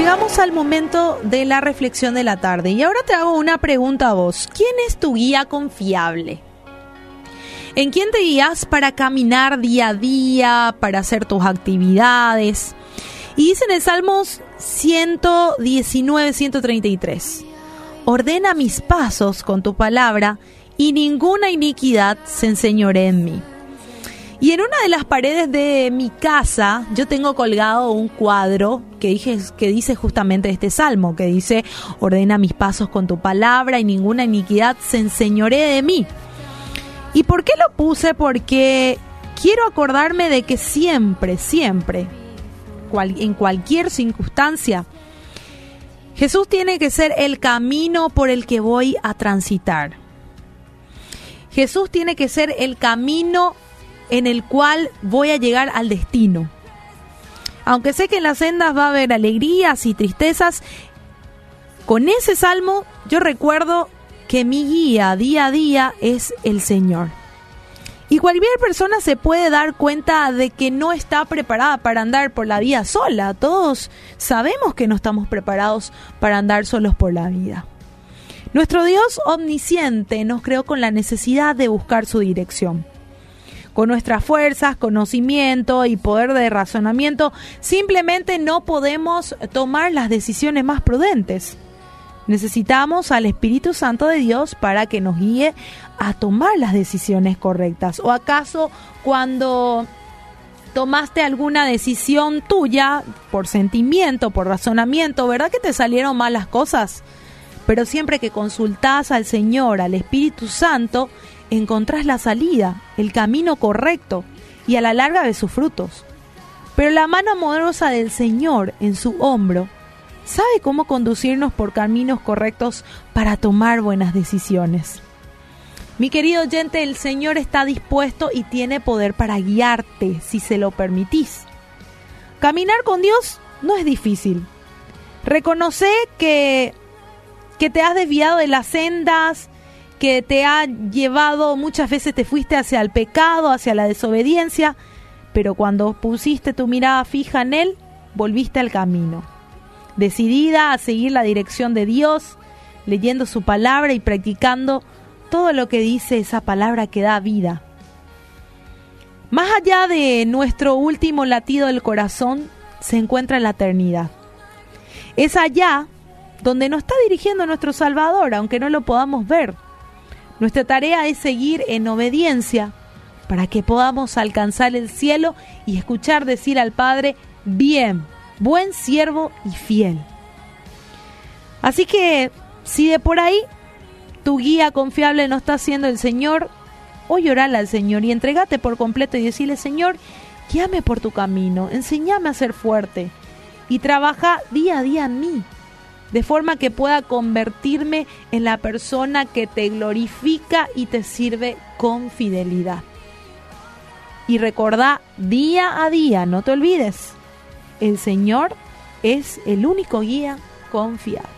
llegamos al momento de la reflexión de la tarde y ahora te hago una pregunta a vos. ¿Quién es tu guía confiable? ¿En quién te guías para caminar día a día, para hacer tus actividades? Y dice en el Salmos 119, 133, ordena mis pasos con tu palabra y ninguna iniquidad se enseñoree en mí. Y en una de las paredes de mi casa yo tengo colgado un cuadro que dice justamente este salmo, que dice, ordena mis pasos con tu palabra y ninguna iniquidad se enseñoree de mí. ¿Y por qué lo puse? Porque quiero acordarme de que siempre, en cualquier circunstancia, Jesús tiene que ser el camino por el que voy a transitar. Jesús tiene que ser el camino en el cual voy a llegar al destino. Aunque sé que en las sendas va a haber alegrías y tristezas, con ese salmo yo recuerdo que mi guía día a día es el Señor. Y cualquier persona se puede dar cuenta de que no está preparada para andar por la vida sola. Todos sabemos que no estamos preparados para andar solos por la vida. Nuestro Dios omnisciente nos creó con la necesidad de buscar su dirección. Con nuestras fuerzas, conocimiento y poder de razonamiento, simplemente no podemos tomar las decisiones más prudentes. Necesitamos al Espíritu Santo de Dios para que nos guíe a tomar las decisiones correctas. ¿O acaso cuando tomaste alguna decisión tuya por sentimiento, por razonamiento, verdad que te salieron mal las cosas? Pero siempre que consultás al Señor, al Espíritu Santo, encontrás la salida, el camino correcto y a la larga de sus frutos. Pero la mano amorosa del Señor en su hombro sabe cómo conducirnos por caminos correctos para tomar buenas decisiones. Mi querido oyente, el Señor está dispuesto y tiene poder para guiarte si se lo permitís. Caminar con Dios no es difícil. Reconoce que te has desviado de las sendas, que te ha llevado, muchas veces te fuiste hacia el pecado, hacia la desobediencia, pero cuando pusiste tu mirada fija en Él, volviste al camino. Decidida a seguir la dirección de Dios, leyendo su palabra y practicando todo lo que dice esa palabra que da vida. Más allá de nuestro último latido del corazón, se encuentra la eternidad. Es allá donde nos está dirigiendo nuestro Salvador, aunque no lo podamos ver. Nuestra tarea es seguir en obediencia para que podamos alcanzar el cielo y escuchar decir al Padre, bien, buen siervo y fiel. Así que, si de por ahí tu guía confiable no está siendo el Señor, hoy orale al Señor y entregate por completo y decirle, Señor, guíame por tu camino, enséñame a ser fuerte y trabaja día a día en mí, de forma que pueda convertirme en la persona que te glorifica y te sirve con fidelidad. Y recordá día a día, no te olvides, el Señor es el único guía confiable.